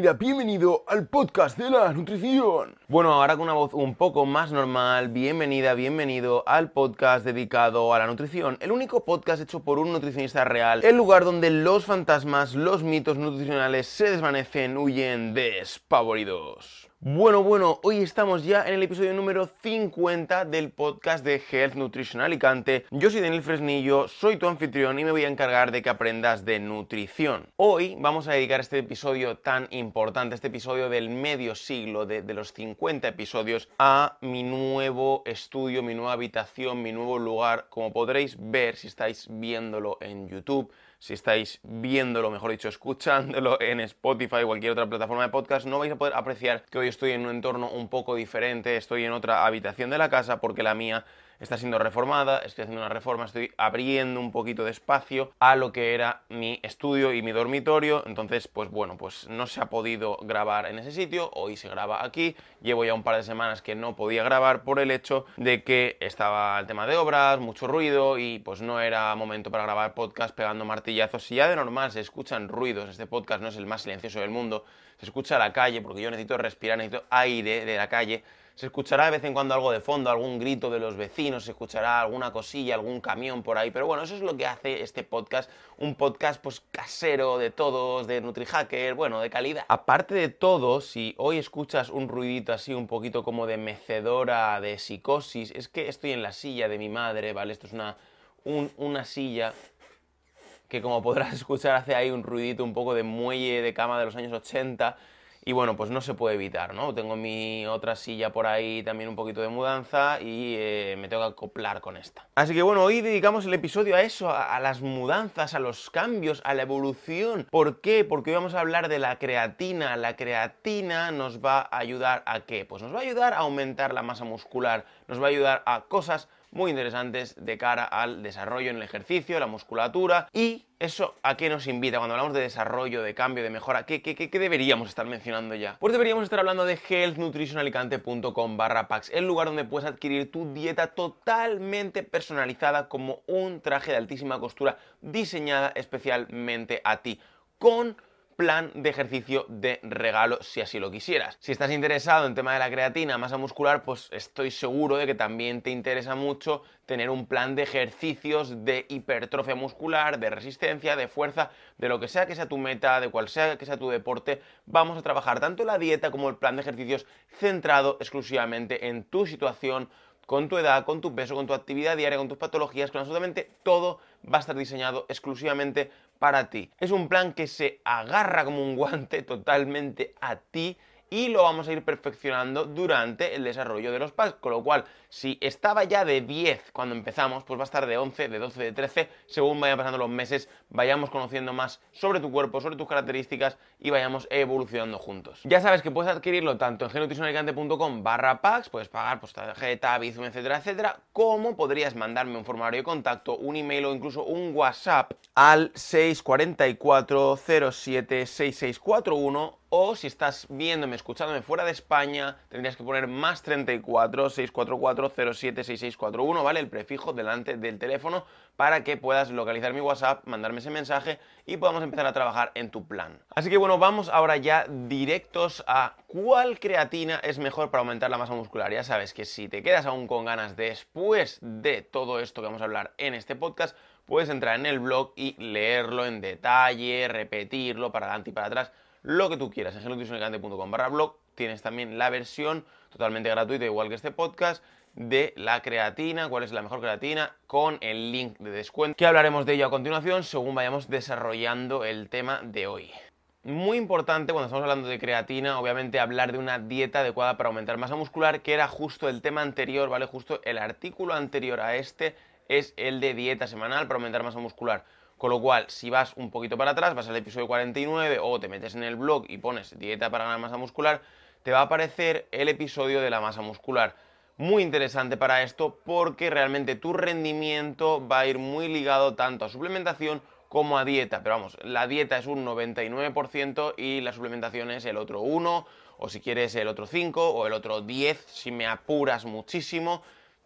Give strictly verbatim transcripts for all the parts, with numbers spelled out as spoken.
bienvenida, bienvenido al podcast de la nutrición. Bueno, ahora con una voz un poco más normal, bienvenida, bienvenido al podcast dedicado a la nutrición. El único podcast hecho por un nutricionista real, el lugar donde los fantasmas, los mitos nutricionales se desvanecen, huyen despavoridos. Bueno, bueno, hoy estamos ya en el episodio número cincuenta del podcast de Health Nutrition Alicante. Yo soy Daniel Fresnillo, soy tu anfitrión y me voy a encargar de que aprendas de nutrición. Hoy vamos a dedicar este episodio tan importante, este episodio del medio siglo, de, de los cincuenta episodios, a mi nuevo estudio, mi nueva habitación, mi nuevo lugar. Como podréis ver si estáis viéndolo en YouTube, si estáis viéndolo, mejor dicho, escuchándolo en Spotify o cualquier otra plataforma de podcast, no vais a poder apreciar que hoy estoy en un entorno un poco diferente, estoy en otra habitación de la casa porque la mía está siendo reformada, estoy haciendo una reforma, estoy abriendo un poquito de espacio a lo que era mi estudio y mi dormitorio. Entonces, pues bueno, pues no se ha podido grabar en ese sitio, hoy se graba aquí. Llevo ya un par de semanas que no podía grabar por el hecho de que estaba el tema de obras, mucho ruido y pues no era momento para grabar podcast pegando martillazos. Si ya de normal se escuchan ruidos, este podcast no es el más silencioso del mundo, se escucha la calle porque yo necesito respirar, necesito aire de la calle. Se escuchará de vez en cuando algo de fondo, algún grito de los vecinos, se escuchará alguna cosilla, algún camión por ahí, pero bueno, eso es lo que hace este podcast, un podcast pues casero de todos, de NutriHacker, bueno, de calidad. Aparte de todo, si hoy escuchas un ruidito así un poquito como de mecedora, de psicosis, es que estoy en la silla de mi madre, ¿vale? Esto es una, un, una silla que, como podrás escuchar, hace ahí un ruidito un poco de muelle de cama de los años ochenta. Y bueno, pues no se puede evitar, ¿no? Tengo mi otra silla por ahí, también un poquito de mudanza y eh, me tengo que acoplar con esta. Así que bueno, hoy dedicamos el episodio a eso, a, a las mudanzas, a los cambios, a la evolución. ¿Por qué? Porque hoy vamos a hablar de la creatina. La creatina nos va a ayudar ¿a qué? Pues nos va a ayudar a aumentar la masa muscular, nos va a ayudar a cosas muy interesantes de cara al desarrollo en el ejercicio, la musculatura. Y eso, ¿a qué nos invita? Cuando hablamos de desarrollo, de cambio, de mejora, ¿qué, qué, qué deberíamos estar mencionando ya? Pues deberíamos estar hablando de health nutrition alicante punto com barra packs, el lugar donde puedes adquirir tu dieta totalmente personalizada como un traje de altísima costura diseñada especialmente a ti, con plan de ejercicio de regalo si así lo quisieras. Si estás interesado en tema de la creatina, masa muscular, pues estoy seguro de que también te interesa mucho tener un plan de ejercicios de hipertrofia muscular, de resistencia, de fuerza, de lo que sea que sea tu meta, de cual sea que sea tu deporte. Vamos a trabajar tanto la dieta como el plan de ejercicios centrado exclusivamente en tu situación, con tu edad, con tu peso, con tu actividad diaria, con tus patologías, con absolutamente todo va a estar diseñado exclusivamente para ti. Es un plan que se agarra como un guante totalmente a ti y lo vamos a ir perfeccionando durante el desarrollo de los packs, con lo cual, si estaba ya de diez cuando empezamos, pues va a estar de once, de doce, de trece, según vayan pasando los meses, vayamos conociendo más sobre tu cuerpo, sobre tus características y vayamos evolucionando juntos. Ya sabes que puedes adquirirlo tanto en health nutrition alicante punto com barra packs, puedes pagar pues tarjeta, Bizum, etcétera, etcétera, como podrías mandarme un formulario de contacto, un email o incluso un WhatsApp al seis cuatro cuatro cero siete seis seis cuatro uno. O si estás viéndome, escuchándome fuera de España, tendrías que poner más treinta y cuatro, seis cuatro cuatro cero siete seis seis cuatro uno, ¿vale? El prefijo delante del teléfono para que puedas localizar mi WhatsApp, mandarme ese mensaje y podamos empezar a trabajar en tu plan. Así que bueno, vamos ahora ya directos a cuál creatina es mejor para aumentar la masa muscular. Ya sabes que si te quedas aún con ganas después de todo esto que vamos a hablar en este podcast, puedes entrar en el blog y leerlo en detalle, repetirlo para adelante y para atrás, lo que tú quieras. En health nutrition alicante punto com barra blog tienes también la versión totalmente gratuita, igual que este podcast, de la creatina, cuál es la mejor creatina, con el link de descuento, que hablaremos de ello a continuación según vayamos desarrollando el tema de hoy. Muy importante cuando estamos hablando de creatina, obviamente hablar de una dieta adecuada para aumentar masa muscular, que era justo el tema anterior, ¿vale? Justo el artículo anterior a este es el de dieta semanal para aumentar masa muscular. Con lo cual, si vas un poquito para atrás, vas al episodio cuarenta y nueve o te metes en el blog y pones dieta para ganar masa muscular, te va a aparecer el episodio de la masa muscular. Muy interesante para esto porque realmente tu rendimiento va a ir muy ligado tanto a suplementación como a dieta. Pero vamos, la dieta es un noventa y nueve por ciento y la suplementación es el otro uno, o si quieres el otro cinco o el otro diez si me apuras muchísimo.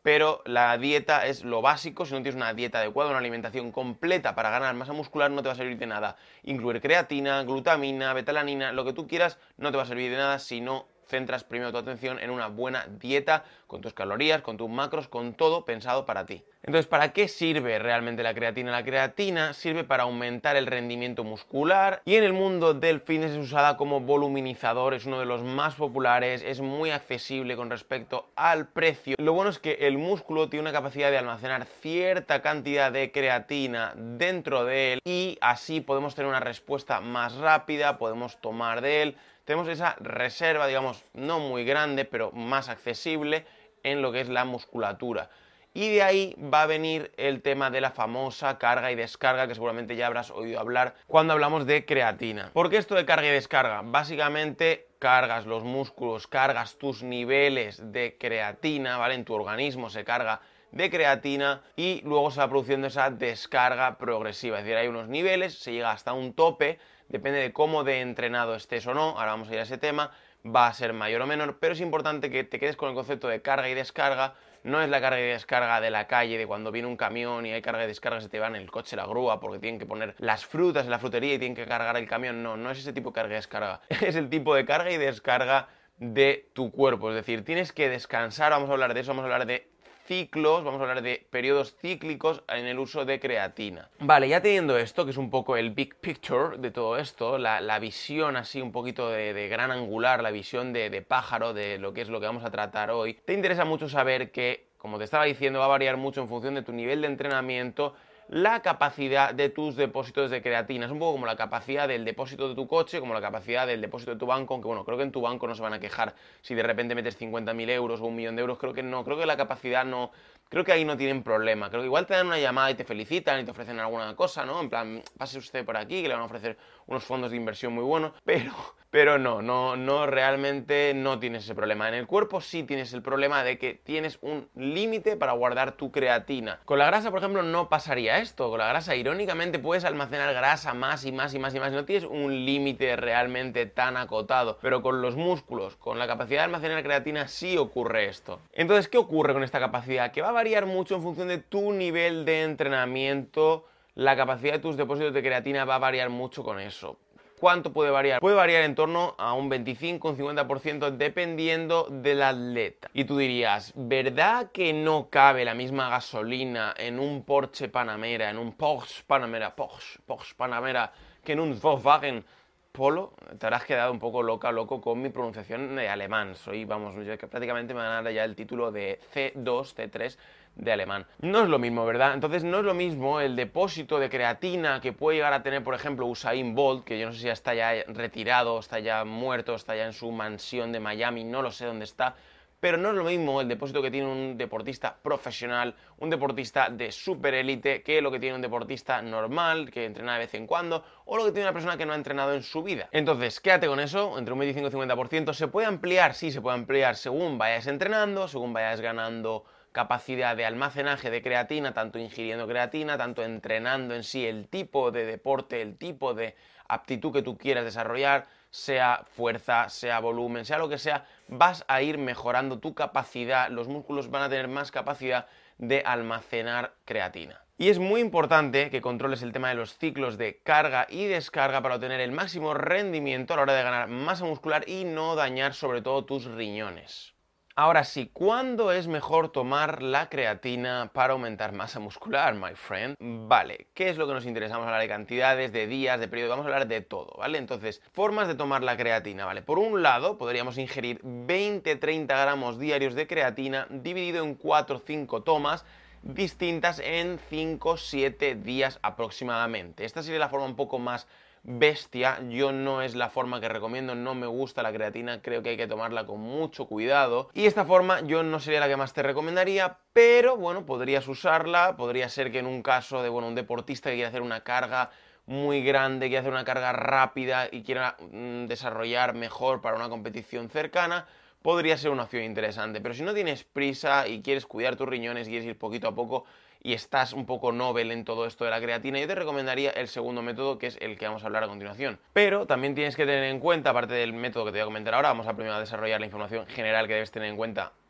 pero la dieta es lo básico. Si no tienes una dieta adecuada, una alimentación completa para ganar masa muscular, no te va a servir de nada. Incluir creatina, glutamina, betalanina, lo que tú quieras, no te va a servir de nada si no centras primero tu atención en una buena dieta, con tus calorías, con tus macros, con todo pensado para ti. Entonces, ¿para qué sirve realmente la creatina? La creatina sirve para aumentar el rendimiento muscular y en el mundo del fitness es usada como voluminizador, es uno de los más populares, es muy accesible con respecto al precio. Lo bueno es que el músculo tiene una capacidad de almacenar cierta cantidad de creatina dentro de él y así podemos tener una respuesta más rápida, podemos tomar de él. Tenemos esa reserva, digamos, no muy grande, pero más accesible en lo que es la musculatura. Y de ahí va a venir el tema de la famosa carga y descarga, que seguramente ya habrás oído hablar cuando hablamos de creatina. ¿Por qué esto de carga y descarga? Básicamente cargas los músculos, cargas tus niveles de creatina, ¿vale? En tu organismo se carga de creatina y luego se va produciendo esa descarga progresiva. Es decir, hay unos niveles, se llega hasta un tope, depende de cómo de entrenado estés o no, ahora vamos a ir a ese tema, va a ser mayor o menor, pero es importante que te quedes con el concepto de carga y descarga. No es la carga y descarga de la calle, de cuando viene un camión y hay carga y descarga, se te va en el coche la grúa porque tienen que poner las frutas en la frutería y tienen que cargar el camión. No, no es ese tipo de carga y descarga. Es el tipo de carga y descarga de tu cuerpo. Es decir, tienes que descansar, vamos a hablar de eso, vamos a hablar de ciclos, vamos a hablar de periodos cíclicos en el uso de creatina. Vale, ya teniendo esto, que es un poco el big picture de todo esto, la, la visión así un poquito de, de gran angular, la visión de, de pájaro de lo que es lo que vamos a tratar hoy, te interesa mucho saber que, como te estaba diciendo, va a variar mucho en función de tu nivel de entrenamiento, la capacidad de tus depósitos de creatina. Es un poco como la capacidad del depósito de tu coche, como la capacidad del depósito de tu banco, aunque bueno, creo que en tu banco no se van a quejar si de repente metes cincuenta mil euros o un millón de euros, creo que no, creo que la capacidad no, creo que ahí no tienen problema. Creo que igual te dan una llamada y te felicitan y te ofrecen alguna cosa, ¿no? En plan, pase usted por aquí, que le van a ofrecer unos fondos de inversión muy buenos, pero, pero no, no, no, realmente no tienes ese problema. En el cuerpo sí tienes el problema de que tienes un límite para guardar tu creatina. Con la grasa, por ejemplo, no pasaría esto. Con la grasa, irónicamente, puedes almacenar grasa más y más y más y más. No tienes un límite realmente tan acotado. Pero con los músculos, con la capacidad de almacenar creatina, sí ocurre esto. Entonces, ¿qué ocurre con esta capacidad? Que va a variar mucho en función de tu nivel de entrenamiento. La capacidad de tus depósitos de creatina va a variar mucho con eso. ¿Cuánto puede variar? Puede variar en torno a un veinticinco, un cincuenta por ciento dependiendo del atleta. Y tú dirías, ¿verdad que no cabe la misma gasolina en un Porsche Panamera, en un Porsche Panamera, Porsche, Porsche Panamera, que en un Volkswagen Polo? Te habrás quedado un poco loca, loco con mi pronunciación de alemán. Soy, vamos, yo que prácticamente me van a dar ya el título de C dos, C tres de alemán. No es lo mismo, ¿verdad? Entonces no es lo mismo el depósito de creatina que puede llegar a tener, por ejemplo, Usain Bolt, que yo no sé si ya está ya retirado, está ya muerto, está ya en su mansión de Miami, no lo sé dónde está, pero no es lo mismo el depósito que tiene un deportista profesional, un deportista de super élite, que lo que tiene un deportista normal, que entrena de vez en cuando, o lo que tiene una persona que no ha entrenado en su vida. Entonces, quédate con eso, entre un veinticinco y cincuenta por ciento. ¿Se puede ampliar? Sí, se puede ampliar según vayas entrenando, según vayas ganando capacidad de almacenaje de creatina, tanto ingiriendo creatina, tanto entrenando en sí el tipo de deporte, el tipo de aptitud que tú quieras desarrollar, sea fuerza, sea volumen, sea lo que sea, vas a ir mejorando tu capacidad, los músculos van a tener más capacidad de almacenar creatina. Y es muy importante que controles el tema de los ciclos de carga y descarga para obtener el máximo rendimiento a la hora de ganar masa muscular y no dañar sobre todo tus riñones. Ahora sí, ¿cuándo es mejor tomar la creatina para aumentar masa muscular, my friend? Vale, ¿qué es lo que nos interesa? Vamos a hablar de cantidades, de días, de periodo, vamos a hablar de todo, ¿vale? Entonces, formas de tomar la creatina, ¿vale? Por un lado, podríamos ingerir veinte a treinta gramos diarios de creatina dividido en cuatro o cinco tomas distintas en cinco a siete días aproximadamente. Esta sería la forma un poco más bestia, yo no es la forma que recomiendo, no me gusta la creatina, creo que hay que tomarla con mucho cuidado y esta forma yo no sería la que más te recomendaría, pero bueno, podrías usarla, podría ser que en un caso de bueno, un deportista que quiere hacer una carga muy grande, quiere hacer una carga rápida y quiera mm, desarrollar mejor para una competición cercana, podría ser una opción interesante, pero si no tienes prisa y quieres cuidar tus riñones, quieres ir poquito a poco y estás un poco novel en todo esto de la creatina, yo te recomendaría el segundo método, que es el que vamos a hablar a continuación. Pero también tienes que tener en cuenta, aparte del método que te voy a comentar ahora, vamos a primero desarrollar la información general que debes tener en cuenta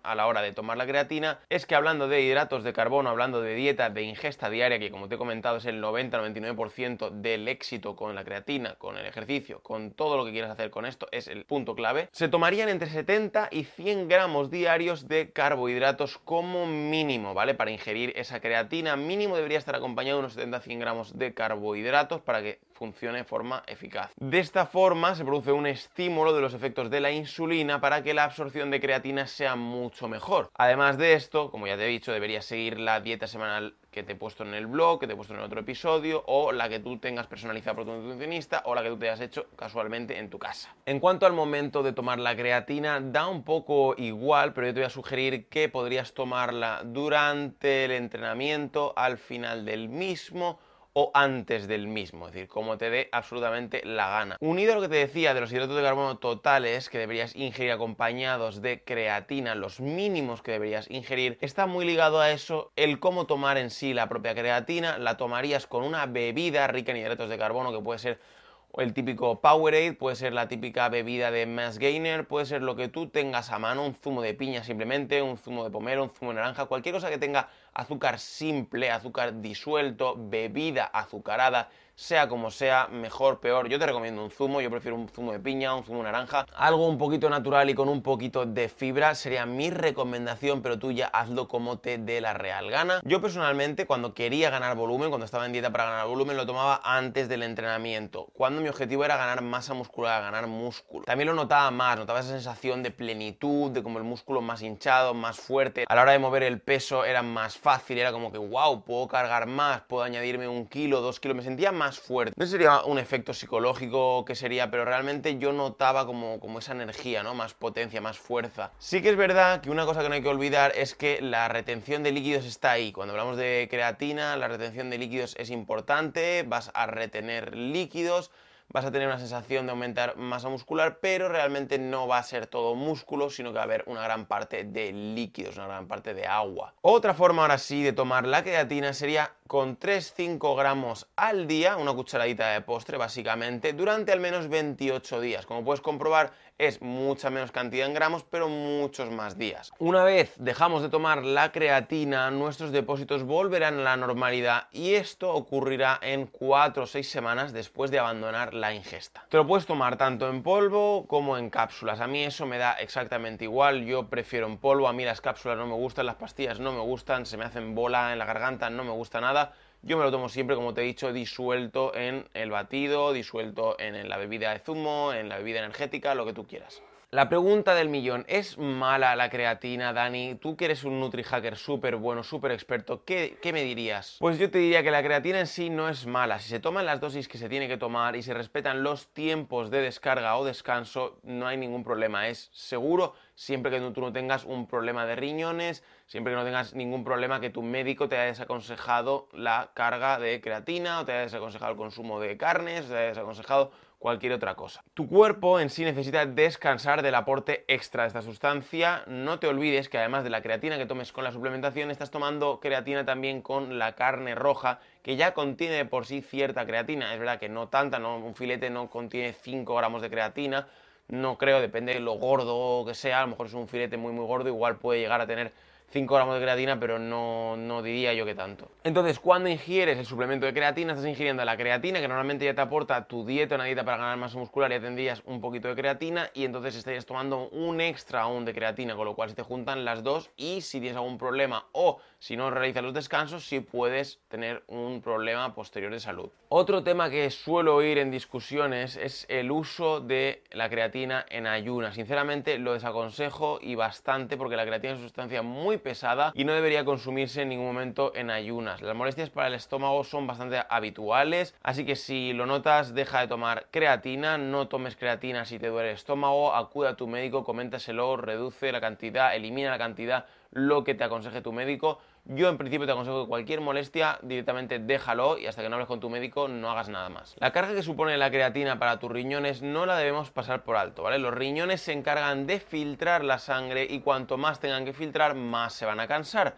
a la hora de tomar la creatina es que, hablando de hidratos de carbono, hablando de dieta, de ingesta diaria, que como te he comentado es el noventa a noventa y nueve por ciento del éxito con la creatina, con el ejercicio, con todo lo que quieras hacer con esto, es el punto clave, se tomarían entre setenta y cien gramos diarios de carbohidratos como mínimo, ¿vale? Para ingerir esa creatina mínimo debería estar acompañado de unos setenta a cien gramos de carbohidratos para que funcione de forma eficaz. De esta forma se produce un estímulo de los efectos de la insulina para que la absorción de creatina sea mucho mejor. Además de esto, como ya te he dicho, deberías seguir la dieta semanal que te he puesto en el blog, que te he puesto en otro episodio, o la que tú tengas personalizada por tu nutricionista, o la que tú te hayas hecho casualmente en tu casa. En cuanto al momento de tomar la creatina, da un poco igual, pero yo te voy a sugerir que podrías tomarla durante el entrenamiento, al final del mismo, o antes del mismo, es decir, como te dé absolutamente la gana. Unido a lo que te decía de los hidratos de carbono totales que deberías ingerir acompañados de creatina, los mínimos que deberías ingerir, está muy ligado a eso el cómo tomar en sí la propia creatina. La tomarías con una bebida rica en hidratos de carbono, que puede ser el típico Powerade, puede ser la típica bebida de Mass Gainer, puede ser lo que tú tengas a mano, un zumo de piña simplemente, un zumo de pomelo, un zumo de naranja, cualquier cosa que tenga azúcar simple, azúcar disuelto, bebida azucarada, sea como sea, mejor, peor. Yo te recomiendo un zumo, yo prefiero un zumo de piña, un zumo de naranja, algo un poquito natural y con un poquito de fibra, sería mi recomendación, pero tú ya hazlo como te dé la real gana. Yo personalmente, cuando quería ganar volumen, cuando estaba en dieta para ganar volumen, lo tomaba antes del entrenamiento, cuando mi objetivo era ganar masa muscular, ganar músculo. También lo notaba más, notaba esa sensación de plenitud, de como el músculo más hinchado, más fuerte. A la hora de mover el peso era más fácil, era como que wow, puedo cargar más, puedo añadirme un kilo, dos kilos, me sentía más fuerte. No sería un efecto psicológico que sería, pero realmente yo notaba como, como esa energía, ¿no? Más potencia, más fuerza. Sí que es verdad que una cosa que no hay que olvidar es que la retención de líquidos está ahí. Cuando hablamos de creatina, la retención de líquidos es importante, vas a retener líquidos, vas a tener una sensación de aumentar masa muscular, pero realmente no va a ser todo músculo, sino que va a haber una gran parte de líquidos, una gran parte de agua. Otra forma ahora sí de tomar la creatina sería con tres a cinco gramos al día, una cucharadita de postre básicamente, durante al menos veintiocho días. Como puedes comprobar, es mucha menos cantidad en gramos, pero muchos más días. Una vez dejamos de tomar la creatina, nuestros depósitos volverán a la normalidad y esto ocurrirá en cuatro o seis semanas después de abandonar la ingesta. Te lo puedes tomar tanto en polvo como en cápsulas. A mí eso me da exactamente igual, yo prefiero en polvo, a mí las cápsulas no me gustan, las pastillas no me gustan, se me hacen bola en la garganta, no me gusta nada. Yo me lo tomo siempre, como te he dicho, disuelto en el batido, disuelto en la bebida de zumo, en la bebida energética, lo que tú quieras. La pregunta del millón, ¿es mala la creatina, Dani? Tú que eres un NutriHacker súper bueno, súper experto, ¿qué, ¿qué me dirías? Pues yo te diría que la creatina en sí no es mala. Si se toman las dosis que se tiene que tomar y se respetan los tiempos de descarga o descanso, no hay ningún problema. Es seguro siempre que tú no tengas un problema de riñones, siempre que no tengas ningún problema que tu médico te haya desaconsejado la carga de creatina o te haya desaconsejado el consumo de carnes, te haya desaconsejado cualquier otra cosa. Tu cuerpo en sí necesita descansar del aporte extra de esta sustancia. No te olvides que además de la creatina que tomes con la suplementación, estás tomando creatina también con la carne roja, que ya contiene de por sí cierta creatina. Es verdad que no tanta, no, un filete no contiene cinco gramos de creatina, no creo, depende de lo gordo que sea, a lo mejor es un filete muy muy gordo, igual puede llegar a tener cinco gramos de creatina, pero no, no diría yo que tanto. Entonces, cuando ingieres el suplemento de creatina, estás ingiriendo la creatina, que normalmente ya te aporta tu dieta, una dieta para ganar masa muscular, ya tendrías un poquito de creatina, y entonces estarías tomando un extra aún de creatina, con lo cual se te juntan las dos, y si tienes algún problema o si no realizas los descansos, sí puedes tener un problema posterior de salud. Otro tema que suelo oír en discusiones es el uso de la creatina en ayunas. Sinceramente lo desaconsejo y bastante, porque la creatina es una sustancia muy pesada y no debería consumirse en ningún momento en ayunas. Las molestias para el estómago son bastante habituales, así que si lo notas, deja de tomar creatina, no tomes creatina si te duele el estómago, acude a tu médico, coméntaselo, reduce la cantidad, elimina la cantidad, lo que te aconseje tu médico. Yo en principio te aconsejo que cualquier molestia directamente déjalo y hasta que no hables con tu médico no hagas nada más. La carga que supone la creatina para tus riñones no la debemos pasar por alto, ¿vale? Los riñones se encargan de filtrar la sangre y cuanto más tengan que filtrar, más se van a cansar.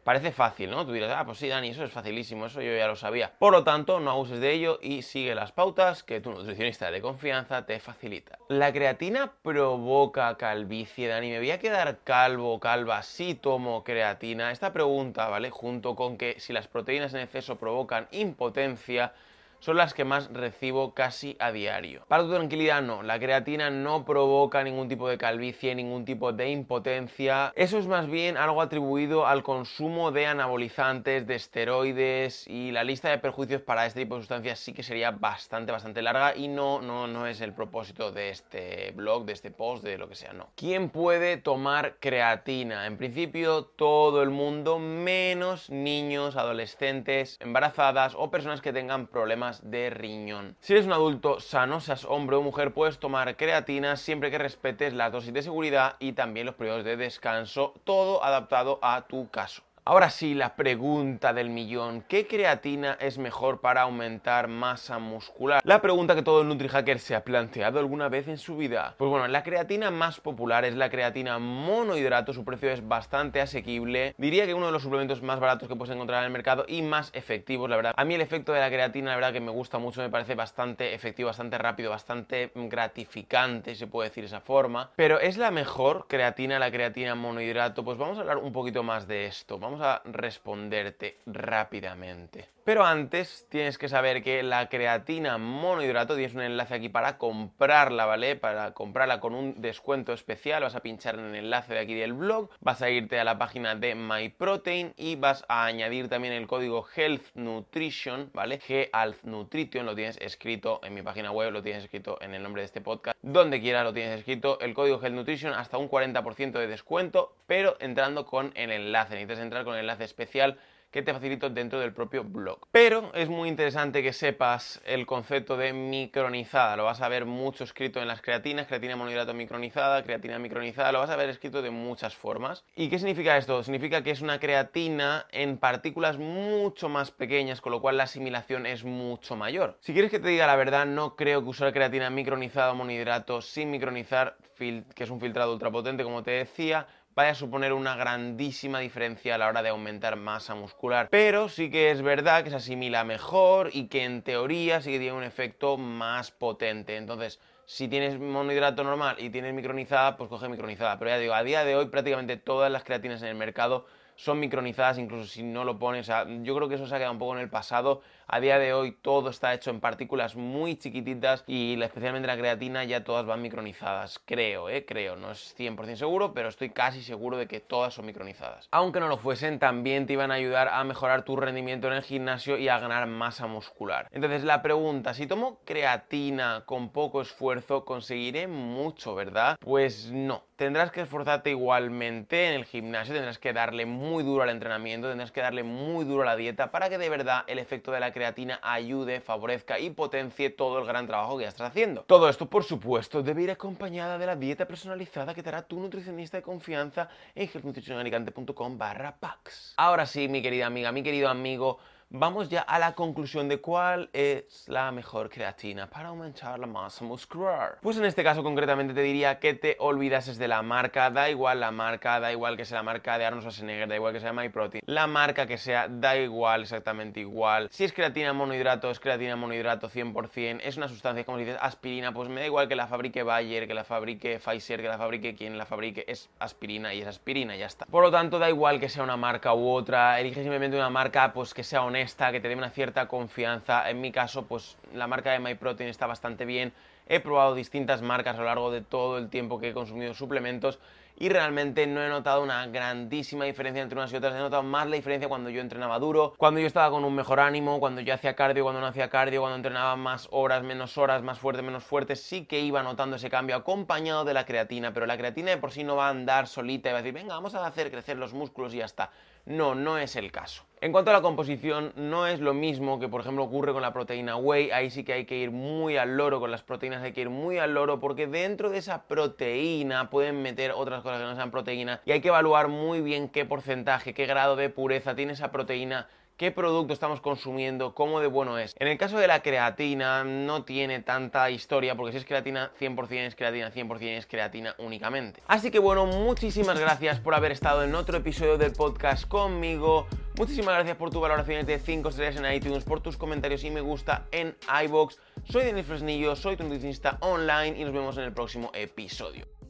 Parece fácil, ¿no? Tú dirás, ah, pues sí, Dani, eso es facilísimo, eso yo ya lo sabía. Por lo tanto, no abuses de ello y sigue las pautas que tu nutricionista de confianza te facilita. ¿La creatina provoca calvicie, Dani? ¿Me voy a quedar calvo o calva si tomo creatina? Esta pregunta, ¿vale? Junto con que si las proteínas en exceso provocan impotencia, son las que más recibo casi a diario. Para tu tranquilidad, no. La creatina no provoca ningún tipo de calvicie, ningún tipo de impotencia. Eso es más bien algo atribuido al consumo de anabolizantes, de esteroides, y la lista de perjuicios para este tipo de sustancias sí que sería bastante, bastante larga y no, no, no es el propósito de este blog, de este post, de lo que sea, no. ¿Quién puede tomar creatina? En principio, todo el mundo, menos niños, adolescentes, embarazadas o personas que tengan problemas de riñón. Si eres un adulto sano, seas hombre o mujer, puedes tomar creatina siempre que respetes las dosis de seguridad y también los periodos de descanso, todo adaptado a tu caso. Ahora sí, la pregunta del millón. ¿Qué creatina es mejor para aumentar masa muscular? La pregunta que todo el NutriHacker se ha planteado alguna vez en su vida. Pues bueno, la creatina más popular es la creatina monohidrato. Su precio es bastante asequible. Diría que uno de los suplementos más baratos que puedes encontrar en el mercado y más efectivos, la verdad. A mí el efecto de la creatina, la verdad que me gusta mucho. Me parece bastante efectivo, bastante rápido, bastante gratificante, se puede decir de esa forma. Pero ¿es la mejor creatina la creatina monohidrato? Pues vamos a hablar un poquito más de esto. Vamos Vamos a responderte rápidamente. Pero antes tienes que saber que la creatina monohidrato, tienes un enlace aquí para comprarla, ¿vale? Para comprarla con un descuento especial, vas a pinchar en el enlace de aquí del blog, vas a irte a la página de MyProtein y vas a añadir también el código Health Nutrition, ¿vale? Health Nutrition, lo tienes escrito en mi página web, lo tienes escrito en el nombre de este podcast, donde quieras lo tienes escrito, el código Health Nutrition, hasta un cuarenta por ciento de descuento, pero entrando con el enlace, necesitas entrar con el enlace especial que te facilito dentro del propio blog. Pero es muy interesante que sepas el concepto de micronizada. Lo vas a ver mucho escrito en las creatinas, creatina monohidrato micronizada, creatina micronizada, lo vas a ver escrito de muchas formas. ¿Y qué significa esto? Significa que es una creatina en partículas mucho más pequeñas, con lo cual la asimilación es mucho mayor. Si quieres que te diga la verdad, no creo que usar creatina micronizada o monohidrato sin micronizar, que es un filtrado ultrapotente, como te decía, vaya a suponer una grandísima diferencia a la hora de aumentar masa muscular. Pero sí que es verdad que se asimila mejor y que en teoría sí que tiene un efecto más potente. Entonces, si tienes monohidrato normal y tienes micronizada, pues coge micronizada. Pero ya digo, a día de hoy prácticamente todas las creatinas en el mercado son micronizadas, incluso si no lo pones. O sea, yo creo que eso se ha quedado un poco en el pasado. A día de hoy todo está hecho en partículas muy chiquititas y especialmente la creatina ya todas van micronizadas. Creo, eh, creo. No es cien por ciento seguro, pero estoy casi seguro de que todas son micronizadas. Aunque no lo fuesen, también te iban a ayudar a mejorar tu rendimiento en el gimnasio y a ganar masa muscular. Entonces la pregunta, si tomo creatina con poco esfuerzo, ¿conseguiré mucho, verdad? Pues no. Tendrás que esforzarte igualmente en el gimnasio, tendrás que darle muy duro al entrenamiento, tendrás que darle muy duro a la dieta para que de verdad el efecto de la creatina ayude, favorezca y potencie todo el gran trabajo que ya estás haciendo. Todo esto, por supuesto, debe ir acompañada de la dieta personalizada que te hará tu nutricionista de confianza en health nutrition alicante punto com barra packs. Ahora sí, mi querida amiga, mi querido amigo, vamos ya a la conclusión de cuál es la mejor creatina para aumentar la masa muscular. Pues en este caso concretamente te diría que te olvidases de la marca, da igual la marca, da igual que sea la marca de Arnold Schwarzenegger, da igual que sea MyProtein, la marca que sea, da igual, exactamente igual. Si es creatina monohidrato, es creatina monohidrato cien por cien, es una sustancia, como si dices aspirina, pues me da igual que la fabrique Bayer, que la fabrique Pfizer, que la fabrique quien la fabrique, es aspirina y es aspirina, ya está. Por lo tanto, da igual que sea una marca u otra, elige simplemente una marca pues que sea honesta, que te dé una cierta confianza. En mi caso, pues la marca de MyProtein está bastante bien. He probado distintas marcas a lo largo de todo el tiempo que he consumido suplementos y realmente no he notado una grandísima diferencia entre unas y otras. He notado más la diferencia cuando yo entrenaba duro, cuando yo estaba con un mejor ánimo, cuando yo hacía cardio, cuando no hacía cardio, cuando entrenaba más horas, menos horas, más fuerte, menos fuerte. Sí que iba notando ese cambio acompañado de la creatina, pero la creatina de por sí no va a andar solita y va a decir, venga, vamos a hacer crecer los músculos y ya está. No, no es el caso. En cuanto a la composición, no es lo mismo que, por ejemplo, ocurre con la proteína whey. Ahí sí que hay que ir muy al loro, con las proteínas hay que ir muy al loro, porque dentro de esa proteína pueden meter otras cosas que no sean proteína y hay que evaluar muy bien qué porcentaje, qué grado de pureza tiene esa proteína qué producto estamos consumiendo, cómo de bueno es. En el caso de la creatina no tiene tanta historia, porque si es creatina cien por cien es creatina cien por cien es creatina únicamente. Así que bueno, muchísimas gracias por haber estado en otro episodio del podcast conmigo. Muchísimas gracias por tus valoraciones de cinco estrellas en iTunes, por tus comentarios y me gusta en iVoox. Soy Denis Fresnillo, soy tu nutricionista online y nos vemos en el próximo episodio.